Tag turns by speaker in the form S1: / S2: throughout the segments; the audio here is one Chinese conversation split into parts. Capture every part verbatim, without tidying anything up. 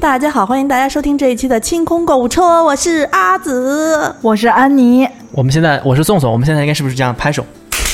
S1: 大家好，欢迎大家收听这一期的清空购物车，我是阿紫，
S2: 我是安妮。
S3: 我们现在我是宋宋，我们现在应该是不是这样拍手？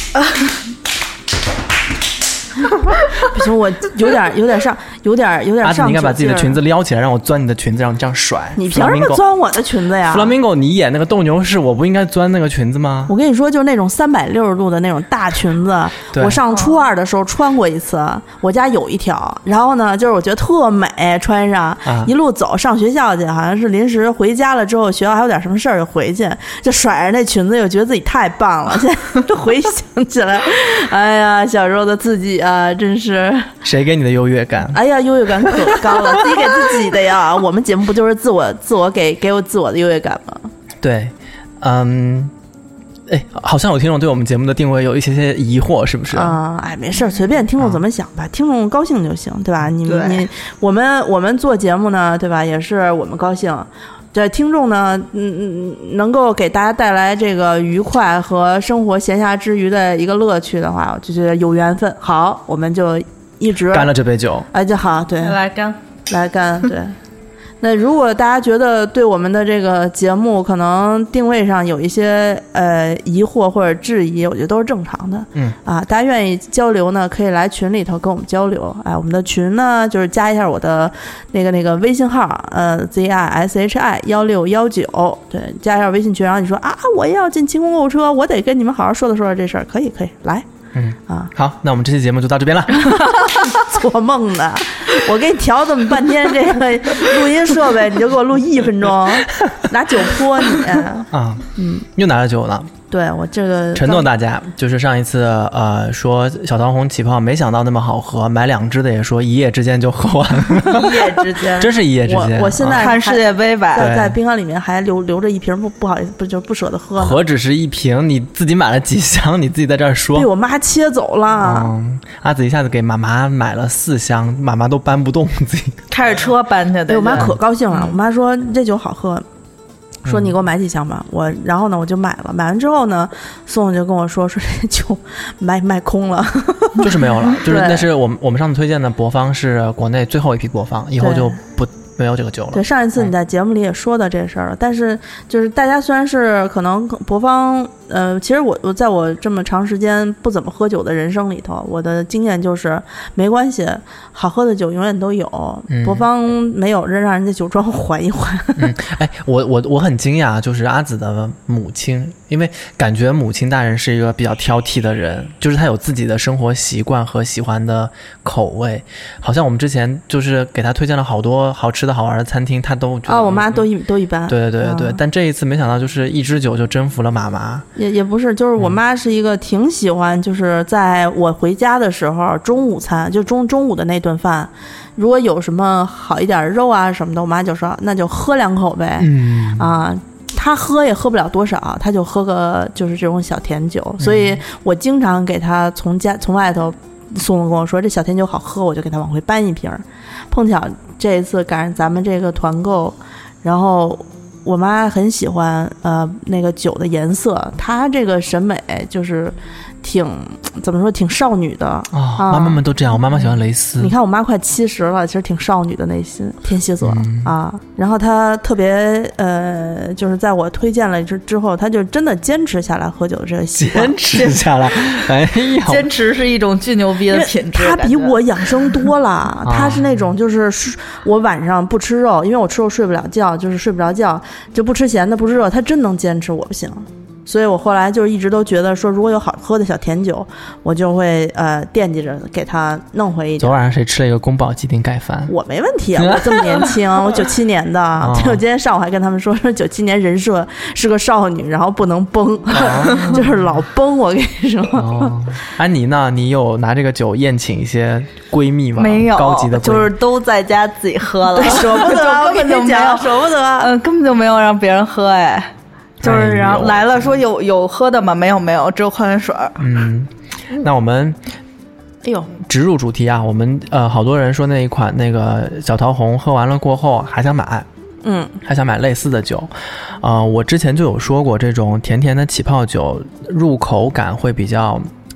S1: 不行，我有点有点上，有点有点上。
S3: 阿紫，你应该把自己的裙子撩起来，让我钻你的裙子，让你这样甩。
S1: 你凭什么钻我的裙子呀
S3: ？Flamingo， 你演那个斗牛士，我不应该钻那个裙子吗？
S1: 我跟你说，就是那种三百六十度的那种大裙子，我上初二的时候穿过一次，我家有一条。然后呢，就是我觉得特美，穿上、啊、一路走上学校去，好像是临时回家了之后，学校还有点什么事儿就回去，就甩着那裙子，又觉得自己太棒了。现在都回想起来，哎呀，小时候的自己啊，真是。
S3: 谁给你的优越感？
S1: 哎呀，优越感可高了，自己给自己的呀。我们节目不就是自我自我给给我自我的优越感吗？
S3: 对，嗯，哎，好像有听众对我们节目的定位有一些些疑惑，是不是？
S1: 啊、嗯，哎，没事，随便听众怎么想吧，啊、听众高兴就行，对吧？你你我们我们做节目呢，对吧？也是我们高兴。对听众呢，嗯嗯，能够给大家带来这个愉快和生活闲暇之余的一个乐趣的话，我就觉得有缘分。好，我们就一直
S3: 干了这杯酒，
S1: 哎，就好，对，
S2: 来干，
S1: 来干，对。那如果大家觉得对我们的这个节目可能定位上有一些呃疑惑或者质疑，我觉得都是正常的。
S3: 嗯
S1: 啊，大家愿意交流呢，可以来群里头跟我们交流。哎，我们的群呢就是加一下我的那个那个微信号，呃 Z I S H I 一六一九，对，加一下微信群，然后你说啊，我也要进清空购物车，我得跟你们好好说的说的这事儿，可以可以来。
S3: 嗯
S1: 啊，
S3: 好，那我们这期节目就到这边了。
S1: 做梦的，我给你调这么半天这个录音设备，你就给我录一分钟，拿酒泼你
S3: 啊！
S1: 嗯，
S3: 又拿了酒了。
S1: 对，我这个
S3: 承诺大家，就是上一次呃说小桃红起泡没想到那么好喝，买两支的也说一夜之间就喝完了。
S1: 一夜之间，
S3: 真是一夜之间。
S1: 我我现在
S2: 看世界杯吧，
S1: 在在冰箱里面还留留着一瓶，不不好意思，不就不舍得喝。
S3: 何止是一瓶，你自己买了几箱，你自己在这儿说。
S1: 被我妈切走了。
S3: 嗯，阿紫一下子给妈妈买了四箱，妈妈都搬不动自己，
S2: 开着车搬去的。
S1: 哎，我妈可高兴了，我妈说这酒好喝。说你给我买几箱吧，我然后呢我就买了，买完之后呢，宋宋就跟我说说这酒卖卖空了，
S3: 就是没有了，就是那是我们我们上次推荐的博方是国内最后一批博方，以后就不没有这个酒了。
S1: 对，上一次你在节目里也说的这事儿了，嗯、但是就是大家虽然是可能博方，呃，其实我我在我这么长时间不怎么喝酒的人生里头，我的经验就是没关系，好喝的酒永远都有，嗯、博方没有让人家酒庄缓一缓。
S3: 嗯，哎，我我我很惊讶，就是阿紫的母亲，因为感觉母亲大人是一个比较挑剔的人，就是她有自己的生活习惯和喜欢的口味，好像我们之前就是给她推荐了好多好吃的好玩的餐厅，她都觉得
S1: 哦，我妈都一都一般。
S3: 对对对对、嗯，但这一次没想到就是一支酒就征服了妈妈。
S1: 也也不是，就是我妈是一个挺喜欢，就是在我回家的时候，中午餐就中中午的那顿饭，如果有什么好一点肉啊什么的，我妈就说那就喝两口呗。
S3: 嗯
S1: 啊，她喝也喝不了多少，她就喝个就是这种小甜酒，所以我经常给她从家从外头送跟我说这小甜酒好喝，我就给她往回搬一瓶。碰巧这一次赶上咱们这个团购，然后我妈很喜欢呃那个酒的颜色，她这个审美就是挺怎么说挺少女的啊、
S3: 哦嗯，妈妈们都这样，我妈妈喜欢蕾丝。
S1: 你看我妈快七十了，其实挺少女的内心，天蝎座、嗯、啊。然后她特别呃，就是在我推荐了之之后，她就真的坚持下来喝酒的这个习惯。
S3: 坚持下来，哎呀，
S2: 坚持是一种巨牛逼的品质。
S1: 她比我养生多了，她是那种就是我晚上不吃肉，因为我吃肉睡不了觉，就是睡不着觉，就不吃咸的不吃肉，她真能坚持，我不行。所以我后来就是一直都觉得说，如果有好喝的小甜酒，我就会呃惦记着给它弄回一点。
S3: 昨晚上谁吃了一个宫保鸡丁盖饭？
S1: 我没问题啊，我这么年轻，我九七年的。哦、我今天上午还跟他们说，说九七年人设是个少女，然后不能崩，哦、就是老崩。我跟你说，
S3: 哦、安妮呢？你有拿这个酒宴请一些闺蜜吗？
S2: 没有，
S3: 高级的闺蜜
S2: 就是都在家自己喝了，
S1: 舍不得，根本就没有，舍不得，
S2: 嗯，根本就没有让别人喝，哎。就是然后来了说有有喝的吗？没有没有，只有矿泉水。
S3: 嗯，那我们，
S1: 哎呦，
S3: 直入主题啊，我们呃好多人说那一款那个小桃红喝完了过后还想买，
S1: 嗯，
S3: 还想买类似的酒，呃，我之前就有说过，这种甜甜的起泡酒入口感会比较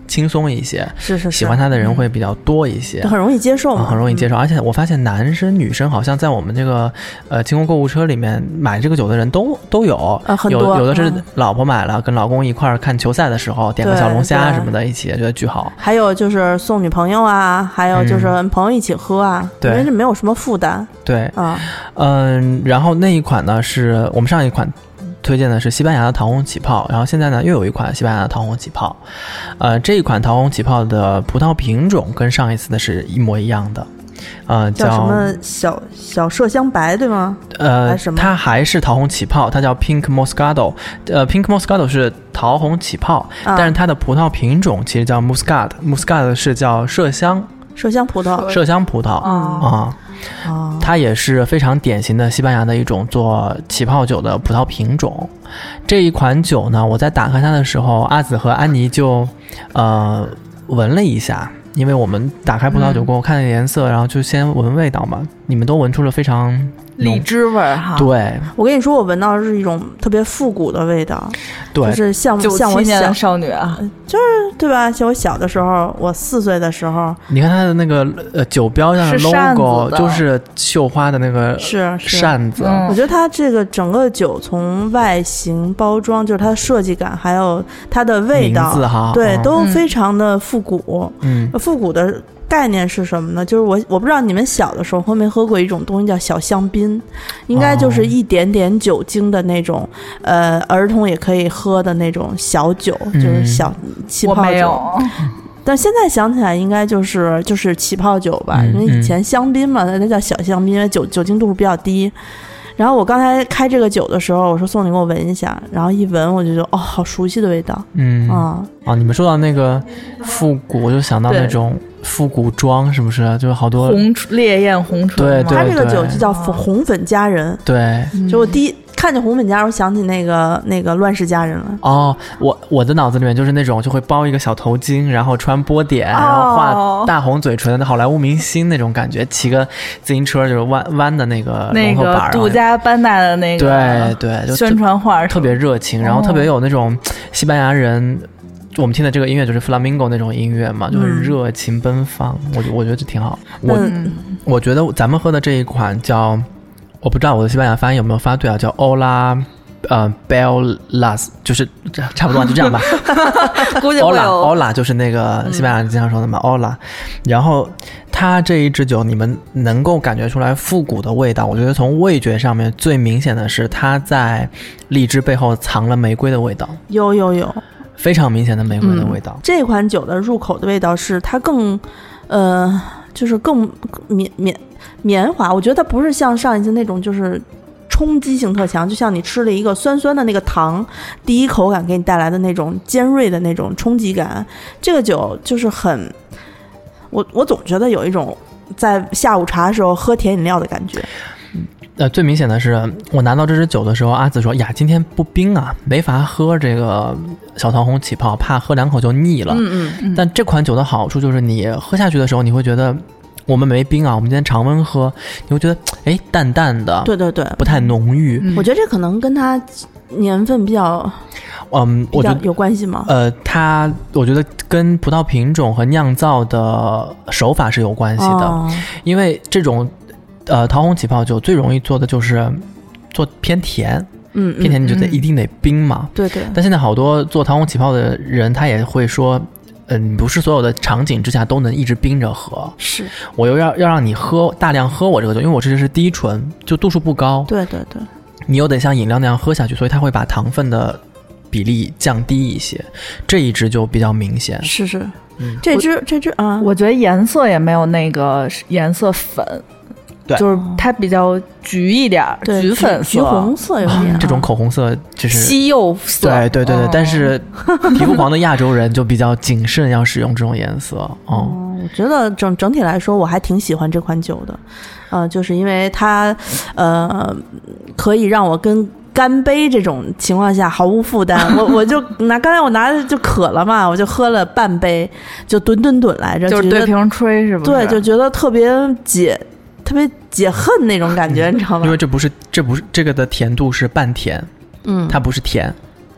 S3: 轻松一些，
S1: 是是是，
S3: 喜欢它的人会比较多一些，
S1: 就很容易接受嘛、
S3: 嗯，很容易接受。而且我发现男生女生好像在我们这个呃清空购物车里面买这个酒的人都都有，
S1: 呃、很多
S3: 有有的是老婆买了，跟老公一块儿看球赛的时候点个小龙虾什么的一起，觉得巨好。
S1: 还有就是送女朋友啊，还有就是跟朋友一起喝啊，
S3: 对、嗯，
S1: 因为这没有什么负担。
S3: 对，
S1: 啊，
S3: 嗯，然后那一款呢是我们上一款推荐的是西班牙的桃红起泡，然后现在呢又有一款西班牙的桃红起泡，呃，这一款桃红起泡的葡萄品种跟上一次的是一模一样的，呃，
S1: 叫什么小小麝香白对吗？
S3: 呃，
S1: 还是什么？
S3: 它还是桃红起泡，它叫 Pink Moscato， 呃 ，Pink Moscato 是桃红起泡，啊、但是它的葡萄品种其实叫 Muscat，Muscat 是叫麝香。
S1: 麝香葡萄，
S3: 麝香葡萄啊、
S1: 哦，
S3: 它也是非常典型的西班牙的一种做起泡酒的葡萄品种。这一款酒呢，我在打开它的时候，阿紫和安妮就呃闻了一下，因为我们打开葡萄酒过后、嗯、看颜色，然后就先闻味道嘛。你们都闻出了非常
S2: 荔枝味儿哈。
S3: 对，
S1: 我跟你说，我闻到的是一种特别复古的味道，
S3: 对，
S1: 就是像像我小
S2: 的少女啊，
S1: 就是对吧？像我小的时候，我四岁的时候，
S3: 你看它的那个呃酒标上的 logo 就是绣花的那个
S1: 是
S3: 扇子。
S1: 嗯、我觉得它这个整个酒从外形包装，就是它的设计感，还有它的味道，
S3: 名字哈，
S1: 对，
S3: 嗯、
S1: 都非常的复古。
S3: 嗯，
S1: 复古的概念是什么呢？就是我我不知道你们小的时候会没喝过一种东西叫小香槟，应该就是一点点酒精的那种，哦、呃，儿童也可以喝的那种小酒，
S3: 嗯、
S1: 就是小气泡酒。
S2: 我没有，
S1: 但现在想起来应该就是就是起泡酒吧，
S3: 嗯、
S1: 因为以前香槟嘛，它叫小香槟，因为酒酒精度数比较低。然后我刚才开这个酒的时候，我说宋你给我闻一下，然后一闻我就觉得哦，好熟悉的味道。
S3: 嗯
S1: 啊
S3: 啊！你们说到那个复古，我就想到那种复古装，是不是？就是好多
S2: 红烈焰红唇。
S3: 对对对，
S1: 它这个酒就叫红粉佳人。
S3: 对，
S1: 就我第一看见红粉佳人，我想起那个那个乱世佳人了。
S3: 哦，我我的脑子里面就是那种就会包一个小头巾，然后穿波点，
S1: 哦、
S3: 然后画大红嘴唇的好莱坞明星那种感觉，骑个自行车就是弯弯的那个
S2: 那个杜嘉班纳的那个
S3: 对对就
S2: 宣传画，
S3: 特别热情，然后特别有那种西班牙人。我们听的这个音乐就是 Flamingo 那种音乐嘛，就是热情奔放，嗯、我我觉得这挺好。我、嗯、我觉得咱们喝的这一款叫，我不知道我的西班牙发音有没有发对啊，叫 Ola 呃 Bellas， 就是差不多就这样吧。
S2: 估计会有
S3: Ola Ola 就是那个西班牙人经常说的嘛、嗯、Ola， 然后它这一支酒你们能够感觉出来复古的味道，我觉得从味觉上面最明显的是它在荔枝背后藏了玫瑰的味道。
S1: 有有有。
S3: 非常明显的玫瑰的味道、
S1: 嗯、这款酒的入口的味道是它更呃就是更绵绵绵滑，我觉得它不是像上一次那种就是冲击性特强，就像你吃了一个酸酸的那个糖第一口感给你带来的那种尖锐的那种冲击感，这个酒就是很我我总觉得有一种在下午茶的时候喝甜饮料的感觉。
S3: 呃，最明显的是，我拿到这支酒的时候，阿紫说：“呀，今天不冰啊，没法喝这个小桃红起泡，怕喝两口就腻了。”
S1: 嗯嗯嗯。
S3: 但这款酒的好处就是，你喝下去的时候，你会觉得我们没冰啊，我们今天常温喝，你会觉得哎淡淡的，
S1: 对对对，
S3: 不太浓郁。
S1: 嗯、我觉得这可能跟它年份比较，
S3: 嗯，我觉得
S1: 有关系吗？
S3: 呃，它我觉得跟葡萄品种和酿造的手法是有关系的，
S1: 哦、
S3: 因为这种。呃，桃红起泡酒最容易做的就是做偏甜，
S1: 嗯，
S3: 偏甜你就得、嗯、一定得冰嘛，
S1: 对对。
S3: 但现在好多做桃红起泡的人，他也会说，嗯、呃，不是所有的场景之下都能一直冰着喝，
S1: 是
S3: 我又要要让你喝大量喝我这个酒，因为我这是低醇，就度数不高，
S1: 对对对，
S3: 你又得像饮料那样喝下去，所以它会把糖分的比例降低一些，这一支就比较明显，
S1: 是是，
S3: 嗯、
S1: 这支这支啊，
S2: 我觉得颜色也没有那个颜色粉。
S3: 对，
S2: 就是它比较橘一点，橘粉色、
S1: 橘红色有点、啊，
S3: 这种口红色就是
S2: 西柚色。
S3: 对对对对，哦、但是皮肤黄的亚洲人就比较谨慎，要使用这种颜色。哦，
S1: 哦我觉得整整体来说，我还挺喜欢这款酒的，呃，就是因为它呃可以让我跟干杯这种情况下毫无负担，我我就拿刚才我拿就渴了嘛，我就喝了半杯，就吨吨吨来着，
S2: 就是对瓶吹是不是？
S1: 对，就觉得特别解。特别解恨那种感觉，你知道吗？
S3: 因为这不是这不是这个的甜度是半甜，
S1: 嗯，
S3: 它不是甜，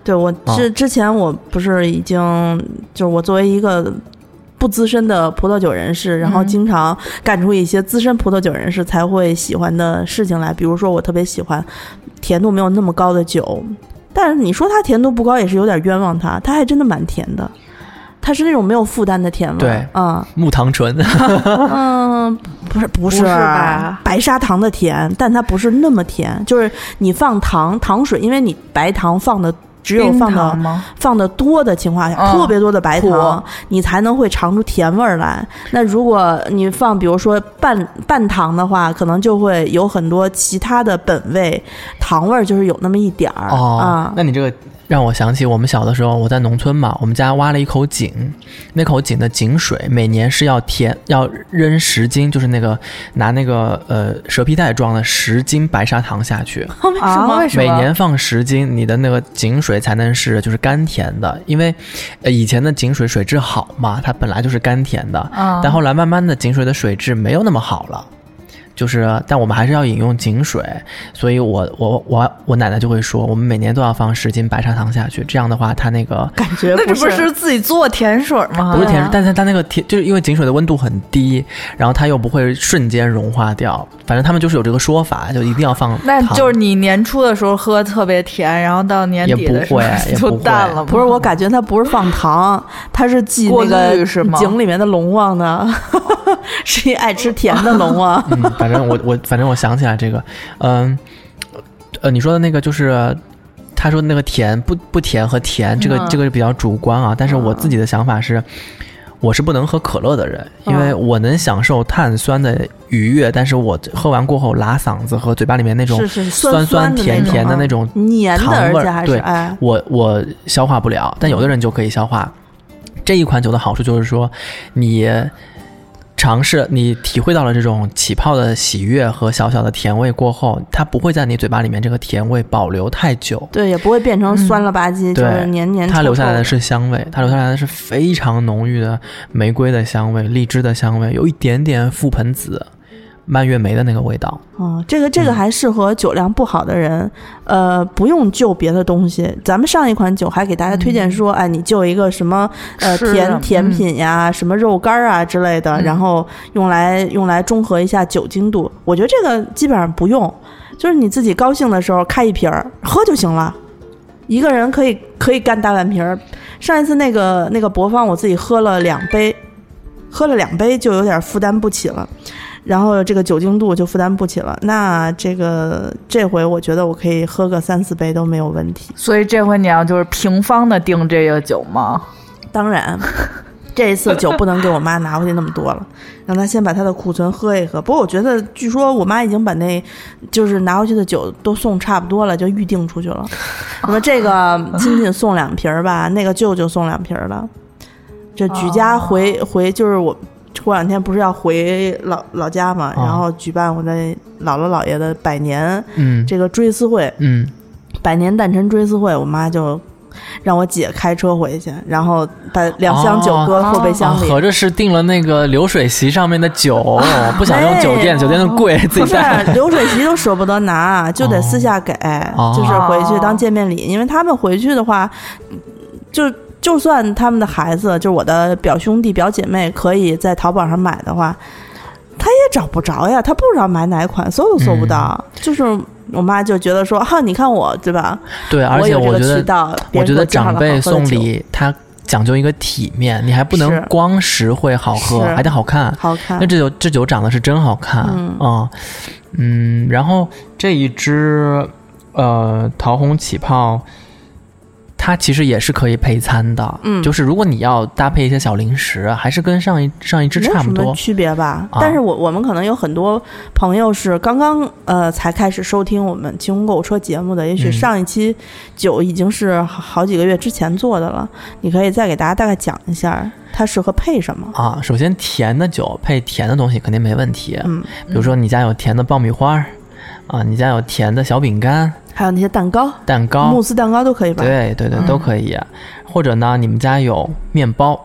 S1: 对我之、哦、之前我不是已经就是我作为一个不资深的葡萄酒人士，然后经常干出一些资深葡萄酒人士才会喜欢的事情来，比如说我特别喜欢甜度没有那么高的酒，但是你说它甜度不高也是有点冤枉它，它还真的蛮甜的，它是那种没有负担的甜味。
S3: 对，
S1: 嗯，
S3: 木糖醇。
S1: 嗯，不是不是
S2: 不是吧？
S1: 白砂糖的甜，但它不是那么甜，就是你放糖糖水，因为你白糖放的只有放的放的多的情况下、嗯，特别多的白糖，你才能会尝出甜味儿来。那如果你放比如说半半糖的话，可能就会有很多其他的本味，糖味儿就是有那么一点儿。
S3: 哦、
S1: 啊、
S3: 嗯，那你这个让我想起我们小的时候，我在农村嘛，我们家挖了一口井，那口井的井水每年是要填要扔十斤，就是那个拿那个呃蛇皮袋装的十斤白砂糖下去。
S1: 为什么？为什么？
S3: 每年放十斤，你的那个井水才能是就是甘甜的，因为呃以前的井水水质好嘛，它本来就是甘甜的，嗯、但后来慢慢的井水的水质没有那么好了。就是，但我们还是要饮用井水，所以我我我我奶奶就会说，我们每年都要放十斤白砂糖下去，这样的话，它那个
S1: 感觉
S2: 那这不是自己做甜水吗？
S3: 不是甜水，但是它那个甜，就是因为井水的温度很低，然后它又不会瞬间融化掉，反正他们就是有这个说法，就一定要放糖。
S2: 那就是你年初的时候喝特别甜，然后到年底的时候就淡了。
S1: 不是，我感觉它不是放糖，它是记那个井里面的龙王呢，是一爱吃甜的龙王。
S3: 嗯反正我我反正我想起来这个，嗯，呃，你说的那个就是他说那个甜不不甜和甜，这个、嗯、这个比较主观啊。但是我自己的想法是，我是不能喝可乐的人，因为我能享受碳酸的愉悦，但是我喝完过后拉嗓子和嘴巴里面那种酸酸甜甜的那种
S1: 黏的，而且还是
S3: 对，
S1: 哎，
S3: 我我消化不了，但有的人就可以消化。这一款酒的好处就是说，你尝试你体会到了这种起泡的喜悦和小小的甜味过后，它不会在你嘴巴里面这个甜味保留太久，
S1: 对，也不会变成酸了吧唧、嗯、就是黏黏臭臭的。
S3: 它留下来的是香味，它留下来的是非常浓郁的玫瑰的香味、荔枝的香味，有一点点覆盆子、蔓越莓的那个味道。
S1: 哦，这个这个还适合酒量不好的人，嗯、呃，不用就别的东西。咱们上一款酒还给大家推荐说，嗯、哎，你就一个什么呃甜甜品呀、嗯、什么肉干啊之类的，嗯、然后用来用来中和一下酒精度。我觉得这个基本上不用，就是你自己高兴的时候开一瓶喝就行了。一个人可以可以干大半瓶。上一次那个那个博方，我自己喝了两杯，喝了两杯就有点负担不起了。然后这个酒精度就负担不起了，那这个这回我觉得我可以喝个三四杯都没有问题。
S2: 所以这回你要就是平方的订这个酒吗？
S1: 当然，这一次酒不能给我妈拿回去那么多了，让她先把她的库存喝一喝。不过我觉得，据说我妈已经把那就是拿回去的酒都送差不多了，就预定出去了。什么这个亲戚送两瓶吧，那个舅舅送两瓶了。这举家回、哦、回就是我。过两天不是要回老老家嘛、哦，然后举办我的姥姥姥爷的百年，嗯，这个追思会，
S3: 嗯，
S1: 百年诞辰追思会，我妈就让我姐开车回去，然后把两箱酒搁后备箱里。
S3: 哦哦、合着是订了那个流水席上面的酒，不想用酒店，酒店的贵，自己带。
S1: 不是流水席都舍不得拿，就得私下给，哦、就是回去当见面礼，因为他们回去的话，就。就算他们的孩子，就是我的表兄弟表姐妹，可以在淘宝上买的话，他也找不着呀，他不知道买哪款，搜都搜不到。嗯、就是我妈就觉得说，哈、啊，你看我，对吧？
S3: 对，而且我觉得，
S1: 我
S3: 觉得长辈送礼，他讲究一个体面，你还不能光实惠好喝，还得好看。
S1: 好看。
S3: 那这酒这酒长得是真好看，嗯嗯, 嗯，然后这一支呃桃红起泡。它其实也是可以配餐的，嗯，就是如果你要搭配一些小零食，还是跟上一上一支差不多，
S1: 没有什么区别吧？啊、但是我我们可能有很多朋友是刚刚呃才开始收听我们清空购物车节目的，也许上一期酒已经是好几个月之前做的了，嗯、你可以再给大家大概讲一下它适合配什么
S3: 啊？首先甜的酒配甜的东西肯定没问题，嗯，比如说你家有甜的爆米花啊，你家有甜的小饼干。
S1: 还有那些蛋糕，
S3: 蛋糕、
S1: 慕斯蛋糕都可以吧？
S3: 对对对，嗯、都可以。或者呢，你们家有面包，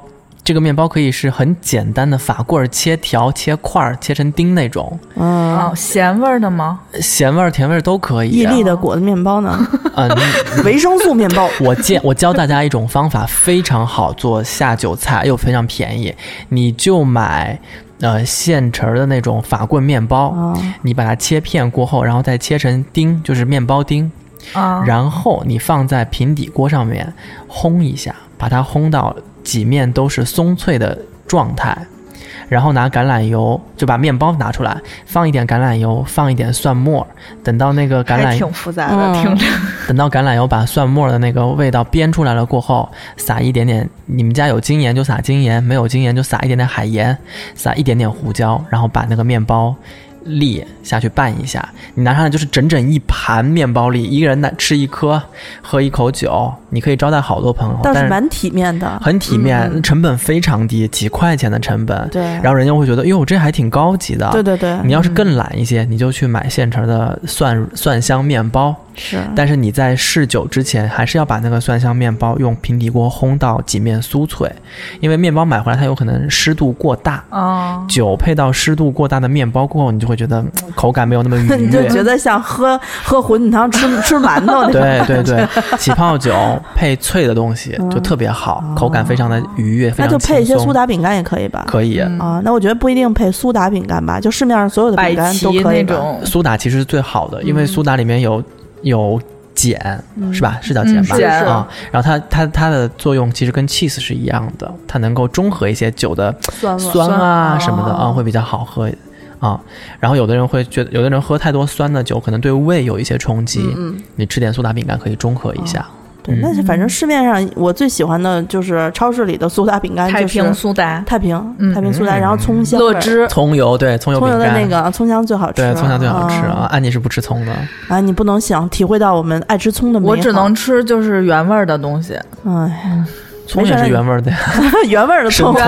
S3: 这个面包可以是很简单的法棍切条、切块、切成丁那种。
S1: 嗯，
S2: 哦，咸味的吗？
S3: 咸味、甜味都可以、啊。
S1: 伊利的果子面包呢？
S3: 嗯，
S1: 维生素面包。
S3: 我建我教大家一种方法，非常好做下酒菜，又非常便宜。你就买呃现成的那种法棍面包，
S1: 哦、
S3: 你把它切片过后，然后再切成丁，就是面包丁。
S2: 啊，
S3: 然后你放在平底锅上面烘一下，把它烘到几面都是松脆的状态，然后拿橄榄油，就把面包拿出来，放一点橄榄油，放一点蒜末，等到那个橄榄
S2: 还挺复杂的，嗯、听着。
S3: 等到橄榄油把蒜末的那个味道煸出来了过后，撒一点点，你们家有精盐就撒精盐，没有精盐就撒一点点海盐，撒一点点胡椒，然后把那个面包粒下去拌一下，你拿上来就是整整一盘面包粒，一个人吃一颗，喝一口酒，你可以招待好多朋友，
S1: 倒是蛮体面的，
S3: 很体面、嗯，成本非常低，几块钱的成本。
S1: 对，
S3: 然后人家会觉得，哟，这还挺高级的。
S1: 对对对，
S3: 你要是更懒一些，嗯、你就去买现成的蒜蒜香面包。
S1: 是，
S3: 但是你在试酒之前，还是要把那个蒜香面包用平底锅烘到几面酥脆，因为面包买回来它有可能湿度过大。
S2: 哦，
S3: 酒配到湿度过大的面包过后，你就会觉得口感没有那么愉悦，
S1: 你就觉得像喝喝馄饨汤吃吃馒头那种。
S3: 对对对，起泡酒配脆的东西就特别好，嗯、口感非常的愉悦，非常
S1: 那就配一些苏打饼干也可以吧？
S3: 可以、
S1: 嗯、啊，那我觉得不一定配苏打饼干吧，就市面上所有的饼干都可以。
S2: 那种
S3: 苏打其实是最好的，因为苏打里面有有碱、嗯、是吧？是叫碱吧？
S2: 嗯、
S3: 啊，然后它它它的作用其实跟 cheese 是一样的，它能够中和一些酒的
S1: 酸
S3: 酸啊
S1: 酸
S3: 什么的啊、哦，会比较好喝啊。然后有的人会觉得，有的人喝太多酸的酒可能对胃有一些冲击，
S1: 嗯嗯，
S3: 你吃点苏打饼干可以中和一下。
S1: 哦对，那反正市面上我最喜欢的就是超市里的苏打饼干，
S2: 太平苏打，
S1: 太平、嗯、太平苏打，然后葱香、
S2: 乐之
S3: 葱油，对，葱油饼干，
S1: 葱油的那个葱香最好吃，
S3: 对，葱香最好吃啊。安妮是不吃葱的
S1: 啊，你不能想体会到我们爱吃葱的美好。
S2: 我只能吃就是原味的东西，
S1: 哎。嗯，
S3: 葱也是原味的呀，
S1: 原味的葱。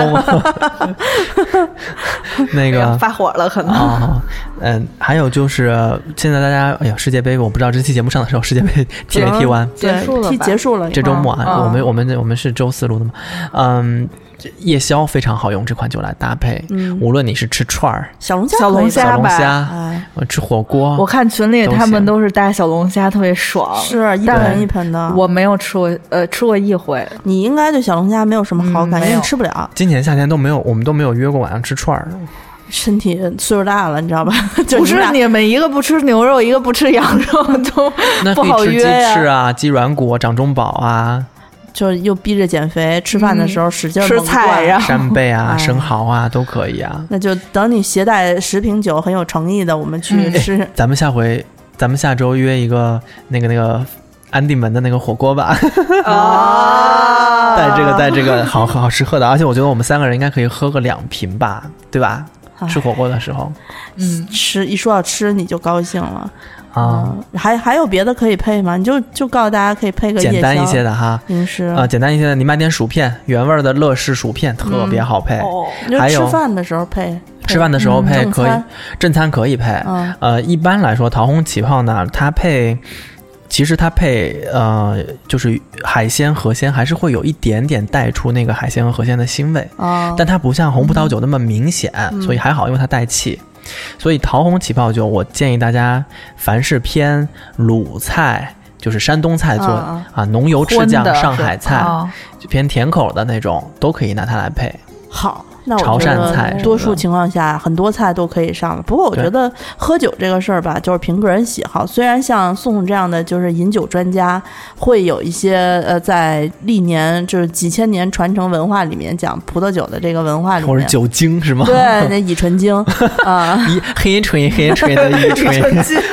S3: 那个
S2: 发火了可能。
S3: 哦，嗯，还有就是现在大家，哎呀，世界杯，我不知道这期节目上的时候世界杯踢没踢完？
S2: 结束了，
S1: 踢结束了。
S3: 这周末啊，
S2: 嗯、
S3: 我们我们我们是周四录的嘛，嗯。夜宵非常好用这款酒来搭配，嗯，无论你是吃串儿、
S1: 小龙虾、
S2: 小龙虾、
S3: 小龙虾，哎，吃火锅，
S2: 我看群里他们都是带小龙虾，特别爽，
S1: 是一盆一盆的。
S2: 我没有吃过，呃，吃过一回。
S1: 你应该对小龙虾没有什么好感，
S2: 嗯、
S1: 因为你吃不了。
S3: 今年夏天都没有，我们都没有约过晚上吃串儿。
S1: 身体岁数大了，你知道吧？
S2: 不是你们一个不吃牛肉，一个不吃羊肉，都不好约呀。
S3: 那可以吃鸡翅啊，鸡软骨、掌中宝啊。
S1: 就又逼着减肥，吃饭的时候使劲、
S2: 嗯、吃菜呀，
S3: 扇贝啊、生蚝啊都可以啊。
S1: 那就等你携带十瓶酒，很有诚意的，我们去吃。
S3: 嗯、咱们下回，咱们下周约一个那个那个安定门的那个火锅吧。
S2: 啊，
S3: 带这个带这个好好吃喝的，而且我觉得我们三个人应该可以喝个两瓶吧，对吧？吃火锅的时候，
S1: 嗯，吃一说要吃你就高兴了。
S3: 啊、
S1: 嗯，还还有别的可以配吗？你就就告诉大家可以配个
S3: 简单一些的哈，
S1: 零食
S3: 啊、呃，简单一些的，你买点薯片，原味的乐事薯片特别好配。
S1: 嗯哦、
S3: 还有
S1: 吃饭的时候配，
S3: 吃饭的时候配、嗯、可以，正餐可以配。
S1: 嗯、
S3: 呃，一般来说，桃红起泡呢，它配，其实它配呃，就是海鲜、河鲜，还是会有一点点带出那个海鲜和河鲜的腥味。
S1: 哦、
S3: 但它不像红葡萄酒那么明显，
S1: 嗯、
S3: 所以还好，因为它带气。所以桃红起泡酒，我建议大家，凡是偏鲁菜，就是山东菜做的、
S1: 嗯、
S3: 啊，浓油赤酱上海菜，
S2: 哦、
S3: 就偏甜口的那种，都可以拿它来配。
S1: 好，那我
S3: 潮汕菜
S1: 多数情况下很多菜都可以上了。不过我觉得喝酒这个事儿吧，就是凭个人喜好。虽然像宋宋这样的就是饮酒专家，会有一些呃在历年就是几千年传承文化里面讲葡萄酒的这个文化里面，
S3: 或者酒精是吗？
S1: 对，那乙醇精啊，
S3: 黑纯黑纯的乙醇精。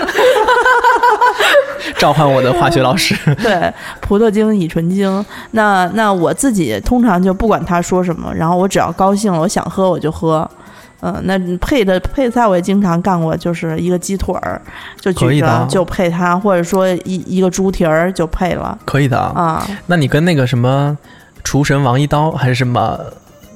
S3: 召唤我的化学老师。
S1: 对，葡萄精、乙醇精。那那我自己通常就不管他说什么，然后我只要高兴了，我想喝我就喝。嗯、呃，那配的配菜我也经常干过，就是一个鸡腿儿就举着就配它，或者说一一个猪蹄儿就配了。
S3: 可以的
S1: 啊。
S3: 那你跟那个什么厨神王一刀还是什么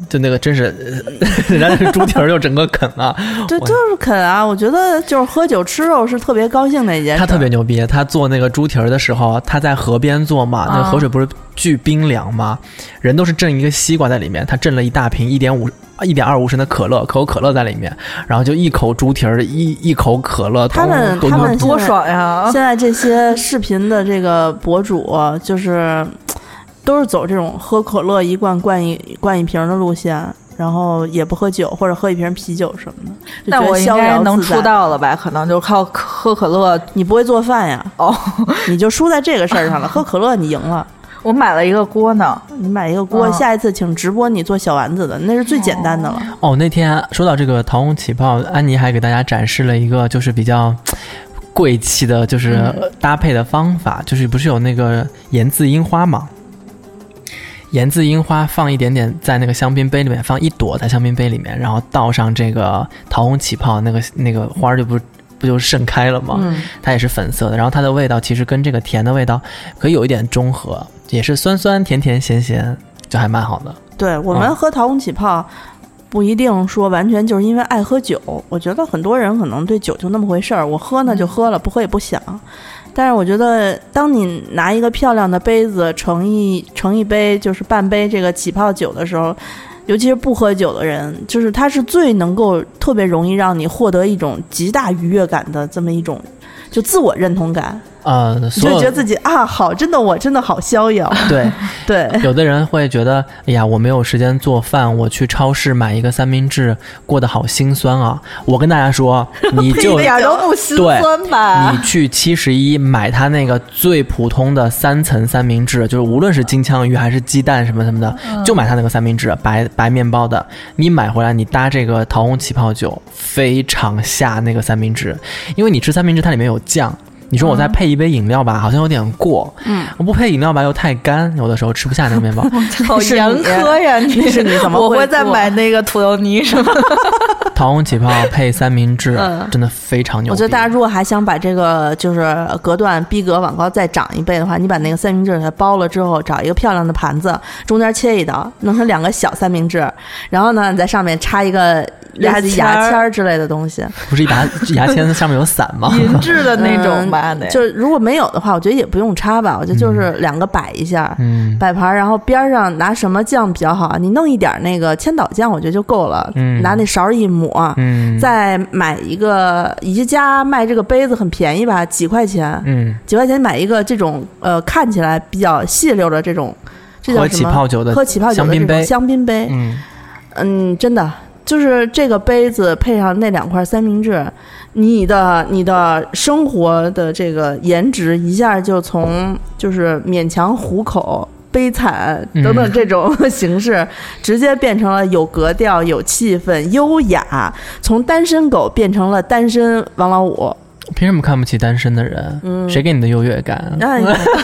S3: 就那个真是，人家是猪蹄儿就整个啃啊，
S1: 对，就是啃啊。我觉得就是喝酒吃肉是特别高兴的一件事。
S3: 他特别牛逼，他做那个猪蹄儿的时候，他在河边做嘛，那个河水不是巨冰凉吗？人都是震一个西瓜在里面，他震了一大瓶一点五。一点二五升的可乐，可口可乐在里面，然后就一口猪蹄儿，一一口可乐，
S1: 他们
S3: 多
S1: 他们
S2: 多爽呀！
S1: 现在这些视频的这个博主，就是都是走这种喝可乐一罐灌一灌一瓶的路线，然后也不喝酒，或者喝一瓶啤酒什么的。
S2: 那我应该能出道了吧？可能就靠喝可乐。
S1: 你不会做饭呀？哦，你就输在这个事儿上了。喝可乐你赢了。
S2: 我买了一个锅呢，
S1: 你买一个锅，哦、下一次请直播你做小丸子的，那是最简单的了。
S3: 哦，那天说到这个桃红起泡，安妮还给大家展示了一个就是比较贵气的，就是搭配的方法，嗯、就是不是有那个盐渍樱花吗？盐渍樱花放一点点在那个香槟杯里面，放一朵在香槟杯里面，然后倒上这个桃红起泡，那个那个花就不不就盛开了吗？嗯，它也是粉色的，然后它的味道其实跟这个甜的味道可以有一点中和。也是酸酸甜甜咸咸，就还蛮好的。
S1: 对，我们喝桃红起泡，不一定说完全就是因为爱喝酒。我觉得很多人可能对酒就那么回事儿，我喝呢就喝了，不喝也不想。但是我觉得，当你拿一个漂亮的杯子盛一盛一杯，就是半杯这个起泡酒的时候，尤其是不喝酒的人，就是它是最能够特别容易让你获得一种极大愉悦感的这么一种，就自我认同感。
S3: 呃，
S1: 你就觉得自己啊，好，真的，我真的好逍遥。
S3: 对
S1: 对，
S3: 有的人会觉得，哎呀，我没有时间做饭，我去超市买一个三明治，过得好心酸啊！我跟大家说，你就
S2: 一点都不心酸吧？
S3: 你去七十一买它那个最普通的三层三明治，就是无论是金枪鱼还是鸡蛋什么什么的，嗯、就买它那个三明治，白白面包的。你买回来，你搭这个桃红起泡酒，非常下那个三明治，因为你吃三明治它里面有酱。你说我再配一杯饮料吧，嗯、好像有点过。嗯，我不配饮料吧又太干，有的时候吃不下那个面包。
S2: 好严苛呀！你
S1: 是你怎么会？
S2: 我会再买那个土豆泥什么？
S3: 桃红起泡配三明治，嗯、真的非常牛逼。
S1: 我觉得大家如果还想把这个就是隔断逼格往高再涨一倍的话，你把那个三明治给它包了之后，找一个漂亮的盘子，中间切一刀，弄成两个小三明治，然后呢，你在上面插一个。牙牙签之类的东西，
S3: 不是牙牙签上面有伞吗？
S2: 银质的那种吧，
S1: 嗯、就是如果没有的话，我觉得也不用插吧。我觉得就是两个摆一下，嗯，摆盘，然后边上拿什么酱比较好啊？你弄一点那个千岛酱，我觉得就够了。嗯，拿那勺一抹，嗯，再买一个宜家卖这个杯子很便宜吧，几块钱，嗯，几块钱买一个这种呃看起来比较细溜的这种，这叫什么？
S3: 喝起泡酒的
S1: 喝起泡酒的这种香槟杯，嗯嗯，真的。就是这个杯子配上那两块三明治，你的你的生活的这个颜值一下就从就是勉强糊口、悲惨等等这种形式，嗯、直接变成了有格调、有气氛、优雅，从单身狗变成了单身王老五。
S3: 凭什么看不起单身的人？嗯、谁给你的优越感？
S1: 哎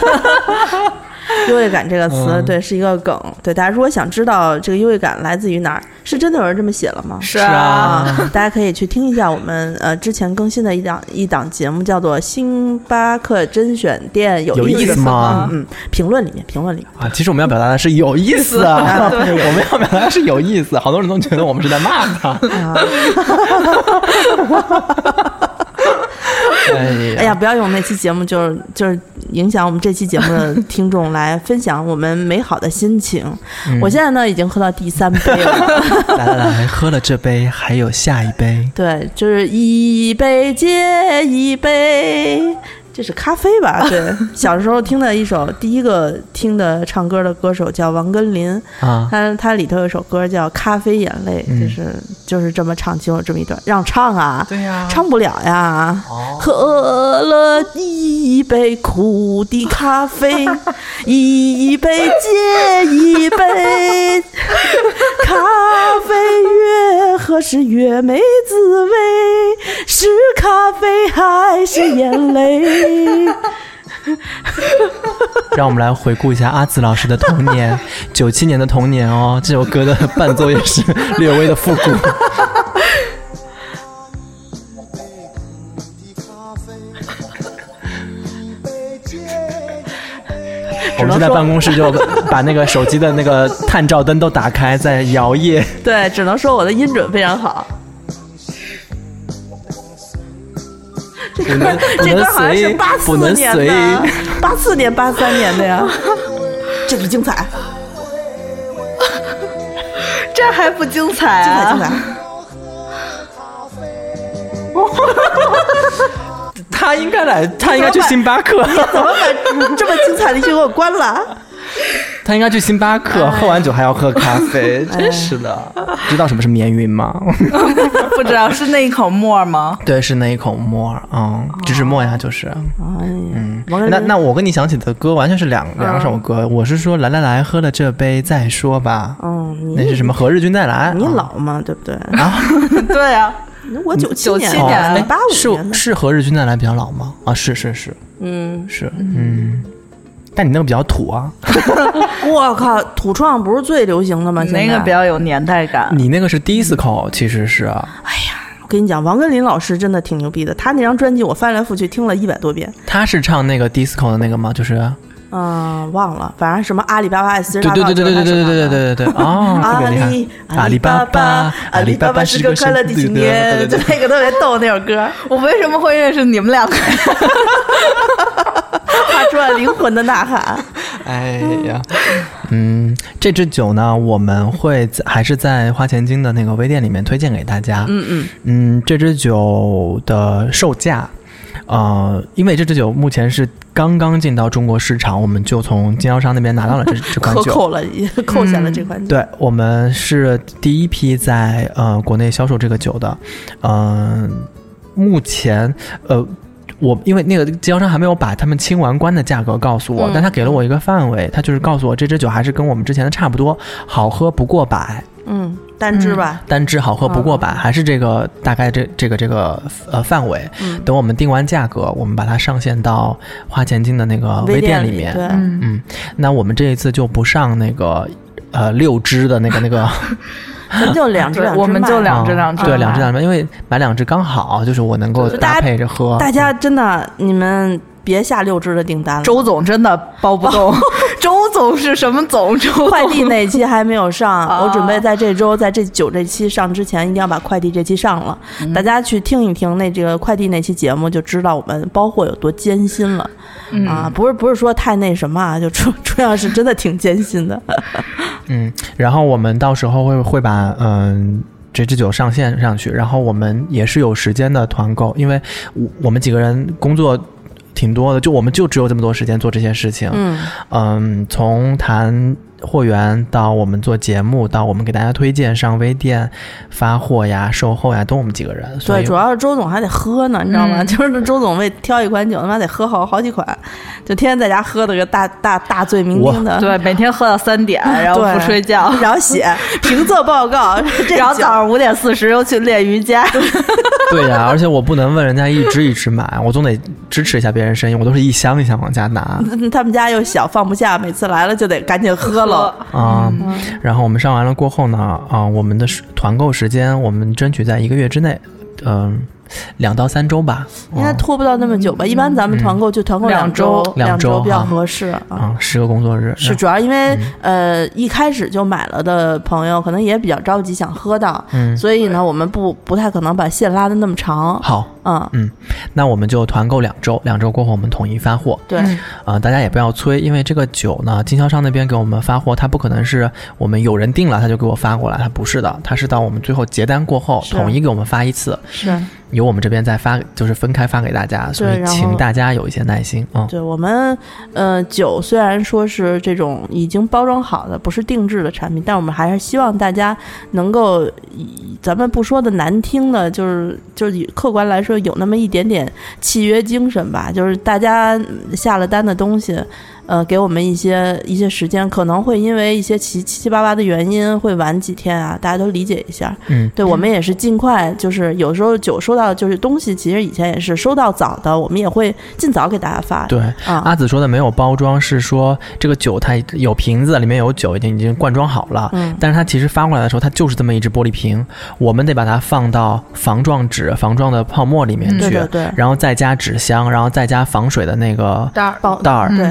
S1: 优越感这个词，嗯、对，是一个梗。对，大家如果想知道这个优越感来自于哪儿，是真的有人这么写了吗？
S2: 是啊，
S1: 大家可以去听一下我们呃之前更新的一档一档节目，叫做《星巴克甄选店》，有
S3: 意思吗？
S1: 嗯，评论里面，评论里面
S3: 啊，其实我们要表达的是有意思啊，我们要表达的是有意思，好多人都觉得我们是在骂他。啊
S1: 哎呀，不要用那期节目就是就是影响我们这期节目的听众来分享我们美好的心情。嗯、我现在呢已经喝到第三杯了，
S3: 来来来，喝了这杯还有下一杯。
S1: 对，就是一杯接一杯。这是咖啡吧？对，小时候听的一首，第一个听的唱歌的歌手叫王根林啊，他他里头有一首歌叫《咖啡眼泪》，嗯、就是就是这么唱，就有这么一段，让唱啊，
S3: 对呀，
S1: 唱不了呀。哦、喝了一杯苦的咖啡，一杯接一杯，咖啡越喝是越没滋味，是咖啡还是眼泪？
S3: 让我们来回顾一下阿紫老师的童年，九七年的童年哦，这首歌的伴奏也是略微的复古。 我们现在办公室就把那个手机的那个探照灯都打开，在摇曳。
S1: 对，只能说我的音准非常好。这歌这歌好像是八四年的，八四年八三年的呀，这是精彩，
S2: 这还不精彩啊？
S1: 精彩精彩。
S3: 他应该来，他应该去星巴克。
S1: 你怎么把这么精彩的剧给我关了？
S3: 他应该去星巴克，哎、喝完酒还要喝咖啡，哎、真是的。知道什么是绵云吗？
S2: 不知道，是那一口沫吗？
S3: 对，是那一口沫，嗯，植脂末呀，就是。
S1: 哎、
S3: 嗯，那那我跟你想起的歌完全是两两首歌。我是说，来来来，喝了这杯再说吧。
S1: 嗯，
S3: 那是什么？何日君再来？
S1: 你老吗？对不对？
S3: 啊，
S2: 对啊。
S1: 我九七年，
S2: 九七年，
S1: 八五年
S3: 是是何日君再来比较老吗？啊，是是是，
S1: 嗯，
S3: 是，嗯。但你那个比较土啊！
S1: 我靠，土创不是最流行的吗？
S2: 那个比较有年代感。
S3: 你那个是 disco， 其实是。哎
S1: 呀，我跟你讲，王根林老师真的挺牛逼的，他那张专辑我翻来覆去听了一百多遍。
S3: 他是唱那个 disco 的那个吗？就是。
S1: 嗯，忘了，反正什么阿里巴巴 S 大
S3: 对对对对对对对对对对对哦，特别厉害。
S1: 阿里巴巴，阿里巴巴是个快乐的青年，就那个特别逗那首歌。
S2: 我为什么会认识你们两个？
S1: 发出了灵魂的呐喊。
S3: 哎呀，嗯，这支酒呢，我们会还是在花钱精的那个微店里面推荐给大家。
S1: 嗯嗯
S3: 嗯，这支酒的售价。呃，因为这支酒目前是刚刚进到中国市场，我们就从经销商那边拿到了这这款酒，
S1: 扣了扣下了这款酒。
S3: 嗯、对，我们是第一批在呃国内销售这个酒的。嗯、呃，目前呃。我因为那个经销商还没有把他们清完关的价格告诉我、嗯、但他给了我一个范围，他就是告诉我这支酒还是跟我们之前的差不多，好喝不过百。
S1: 嗯，单支吧、
S3: 嗯、单支好喝不过百、嗯、还是这个大概这这个这个呃范围、嗯、等我们定完价格，我们把它上线到花钱精的那个微店里面。
S1: 对，
S3: 嗯，那我们这一次就不上那个呃六支的那个那个
S1: 咱们就两支两支，
S2: 我们就两支两支、
S3: 哦，对，两支两支，因为买两支刚好，就是我能够搭配着喝。
S1: 大家真的，你们别下六支的订单了。
S2: 周总真的包不动，周总是什么总？
S1: 快递那期还没有上，啊、我准备在这周，在这九这期上之前，一定要把快递这期上了。嗯、大家去听一听那这个快递那期节目，就知道我们包货有多艰辛了。嗯、啊，不是不是说太那什么啊，就主主要是真的挺艰辛的。
S3: 嗯，然后我们到时候会会把嗯这支酒上线上去，然后我们也是有时间的团购，因为我们几个人工作挺多的，就我们就只有这么多时间做这些事情。
S1: 嗯
S3: 嗯，从谈货源到我们做节目，到我们给大家推荐上微店发货呀、售后呀，都我们几个人。
S1: 对，主要是周总还得喝呢，你知道吗？嗯、就是周总为挑一款酒，他妈得喝好好几款，就天天在家喝的个大大大醉酩酊的。
S2: 对，每天喝到三点，然后不睡觉，
S1: 然后写评测报告，
S2: 然后早上五点四十又去练瑜伽。
S3: 对呀、啊，而且我不能问人家一支一支买，我总得支持一下别人生意，我都是一箱一箱往家拿。
S1: 他们家又小，放不下，每次来了就得赶紧喝了。
S3: 啊、嗯，然后我们上完了过后呢，啊，我们的团购时间我们争取在一个月之内，嗯、呃，两到三周吧，
S1: 应该拖不到那么久吧？嗯、一般咱们团购就团购两周，
S3: 两周
S1: 比较合适啊、
S3: 嗯，十个工作日。
S1: 是主要因为、嗯、呃一开始就买了的朋友，可能也比较着急想喝到，
S3: 嗯，
S1: 所以呢，我们不不太可能把线拉得那么长。
S3: 好。
S1: 嗯
S3: 嗯，那我们就团购两周，两周过后我们统一发货。
S1: 对，
S3: 啊、呃，大家也不要催，因为这个酒呢，经销商那边给我们发货，它不可能是我们有人订了他就给我发过来，它不是的，它是到我们最后结单过后统一给我们发一次，
S1: 是
S3: 由我们这边再发，就是分开发给大家，所以请大家有一些耐心啊。嗯、
S1: 对，我们呃酒虽然说是这种已经包装好的，不是定制的产品，但我们还是希望大家能够，咱们不说的难听的，就是就是客观来说。有那么一点点契约精神吧，就是大家下了单的东西，呃，给我们一些一些时间，可能会因为一些七七七八八的原因会晚几天啊，大家都理解一下。
S3: 嗯，
S1: 对，我们也是尽快，就是有时候酒收到，就是东西其实以前也是收到早的，我们也会尽早给大家发。
S3: 对，啊、阿紫说的没有包装是说这个酒它有瓶子，里面有酒已经已经灌装好了，
S1: 嗯，
S3: 但是它其实发过来的时候，它就是这么一只玻璃瓶，我们得把它放到防撞纸、防撞的泡沫里面去，
S1: 嗯、对对对，
S3: 然后再加纸箱，然后再加防水的那个
S1: 袋儿，
S3: 袋儿，
S1: 对，
S3: 把它插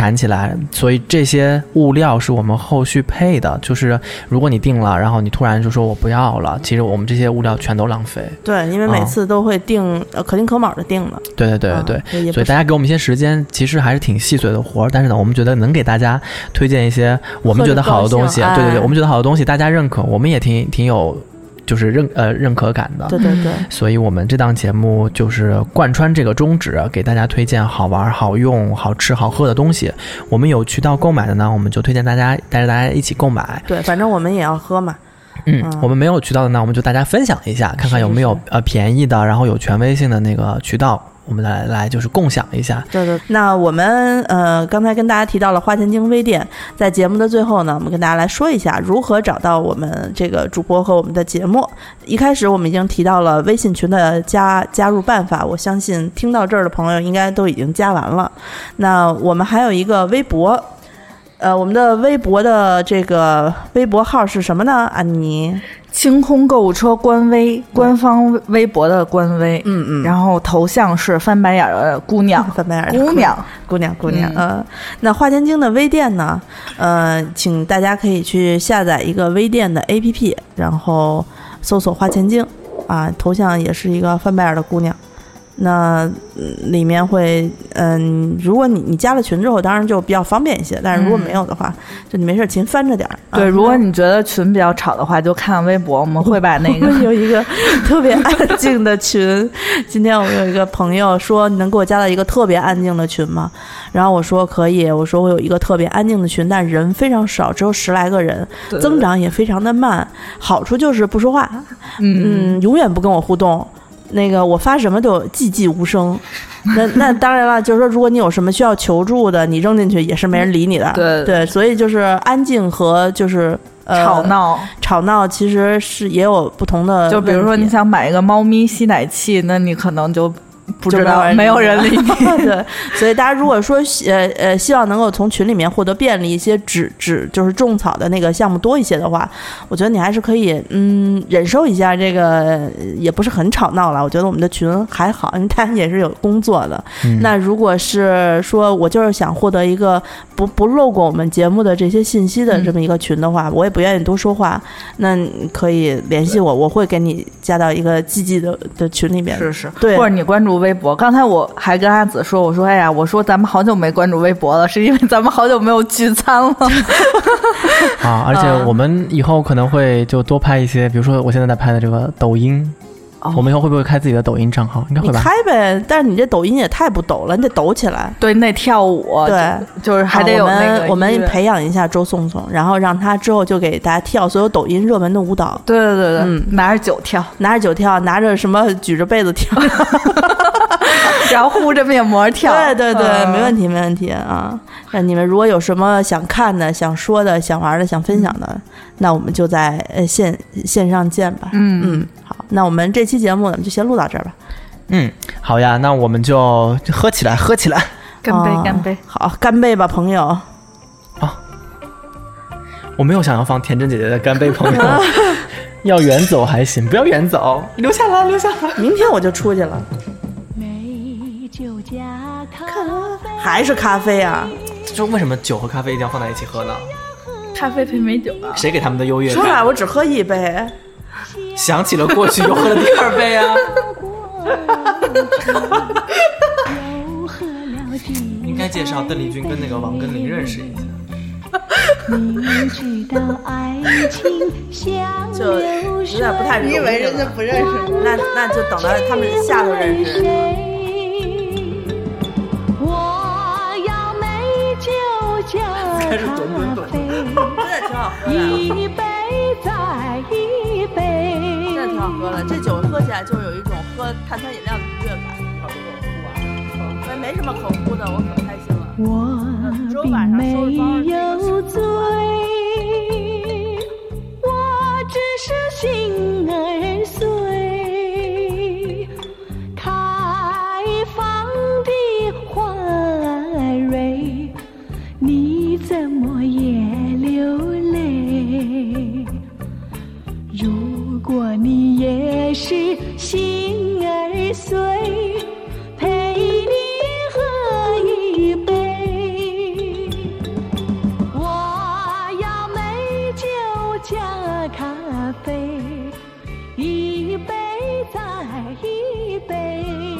S3: 谈起来，所以这些物料是我们后续配的，就是如果你订了，然后你突然就说我不要了，其实我们这些物料全都浪费。
S1: 对，因为每次都会订、嗯、呃可丁可卯的订的。对
S3: 对对对对、啊，所以大家给我们一些时间，其实还是挺细碎的活儿，但是呢，我们觉得能给大家推荐一些我们觉得好的东西，对对对，我们觉得好的东西大家认可，我们也挺挺有。就是认呃认可感的，
S1: 对对对，
S3: 所以我们这档节目就是贯穿这个宗旨，给大家推荐好玩、好用、好吃、好喝的东西。我们有渠道购买的呢，我们就推荐大家带着大家一起购买。
S1: 对，反正我们也要喝嘛。
S3: 嗯，嗯我们没有渠道的呢，我们就大家分享一下，看看有没有呃便宜的，然后有权威性的那个渠道。我们来来就是共享一下。
S1: 对对，那我们呃刚才跟大家提到了花钱精微店，在节目的最后呢，我们跟大家来说一下如何找到我们这个主播和我们的节目。一开始我们已经提到了微信群的加加入办法，我相信听到这儿的朋友应该都已经加完了。那我们还有一个微博，呃，我们的微博的这个微博号是什么呢？安妮？
S2: 清空购物车官微，官方微博的官微，
S1: 嗯嗯，
S2: 然后头像是翻白眼的姑娘，
S1: 翻白眼
S2: 姑娘，
S1: 姑娘，姑娘，嗯、呃，那花钱精的微店呢？呃，请大家可以去下载一个微店的 A P P， 然后搜索花钱精，啊，头像也是一个翻白眼的姑娘。那里面会，嗯，如果你你加了群之后，当然就比较方便一些。但是如果没有的话，嗯、就你没事勤翻着点儿。
S2: 对、
S1: 啊，
S2: 如果你觉得群比较吵的话，就看微博，我们会把那个
S1: 有一个特别安静的群。今天我们有一个朋友说，你能给我加到一个特别安静的群吗？然后我说可以，我说我有一个特别安静的群，但人非常少，只有十来个人，增长也非常的慢。好处就是不说话，嗯，嗯永远不跟我互动。那个我发什么都寂寂无声，那那当然了，就是说如果你有什么需要求助的，你扔进去也是没人理你的。
S2: 对
S1: 对，所以就是安静和就是呃
S2: 吵闹，
S1: 吵闹其实是也有不同的。
S2: 就比如说你想买一个猫咪吸奶器，那你可能就不知道没有人理你。
S1: 对，所以大家如果说呃呃希望能够从群里面获得便利一些，只只就是种草的那个项目多一些的话，我觉得你还是可以嗯忍受一下这个，也不是很吵闹了。我觉得我们的群还好，因为大家也是有工作的。嗯、那如果是说我就是想获得一个不不漏过我们节目的这些信息的这么一个群的话，嗯、我也不愿意多说话，那你可以联系我，我会给你加到一个积极的的群里面。
S2: 是是，
S1: 对，
S2: 或者你关注微博。刚才我还跟阿紫说，我说哎呀，我说咱们好久没关注微博了，是因为咱们好久没有聚餐了。
S3: 啊，而且我们以后可能会就多拍一些，比如说我现在在拍的这个抖音。哦、我们以后会不会开自己的抖音账号？应该会吧。
S1: 你开呗，但是你这抖音也太不抖了，你得抖起来。
S2: 对，你得跳舞。
S1: 对，
S2: 就, 就是还得有那个、
S1: 啊、我们我们培养一下周颂颂，然后让他之后就给大家跳所有抖音热门的舞蹈。
S2: 对对对对，嗯，拿着酒跳，
S1: 拿着酒跳，拿着什么举着被子跳，
S2: 然后糊着面膜跳。
S1: 对对对，嗯、没问题没问题啊！那你们如果有什么想看的、想说的、想玩的、想分享的，嗯、那我们就在呃线线上见吧。
S2: 嗯
S1: 嗯，好，那我们这期节目咱们就先录到这儿吧。
S3: 嗯，好呀，那我们就喝起来，喝起来，
S2: 干杯，哦、干杯！
S1: 好，干杯吧，朋友。
S3: 啊，我没有想要放田真姐姐的干杯，朋友。要远走还行，不要远走，留下来，留下来。
S1: 明天我就出去了。还是咖啡啊？
S3: 就为什么酒和咖啡一定要放在一起喝呢？
S2: 咖啡配美酒啊？
S3: 谁给他们的优越感？
S1: 说来我只喝一杯。
S3: 想起了过去，又喝了第二杯啊。应该介绍邓丽君跟那个王根林认识一下。
S1: 就有点不太，
S2: 你以为人家不认识吗？
S1: 那那就等到他们下头认识。
S3: 开始滚滚滚，
S1: 真的挺好喝的。一杯再一杯，真的挺好喝的。这酒喝起来就有一种喝碳酸饮料的愉悦感。没没什么可哭的，我可开心了。
S4: 我并没有醉，我只是心儿碎，开放的花蕊，你怎么也流泪？如果你也是心儿碎，陪你喝一杯。 咖啡，一杯再一杯。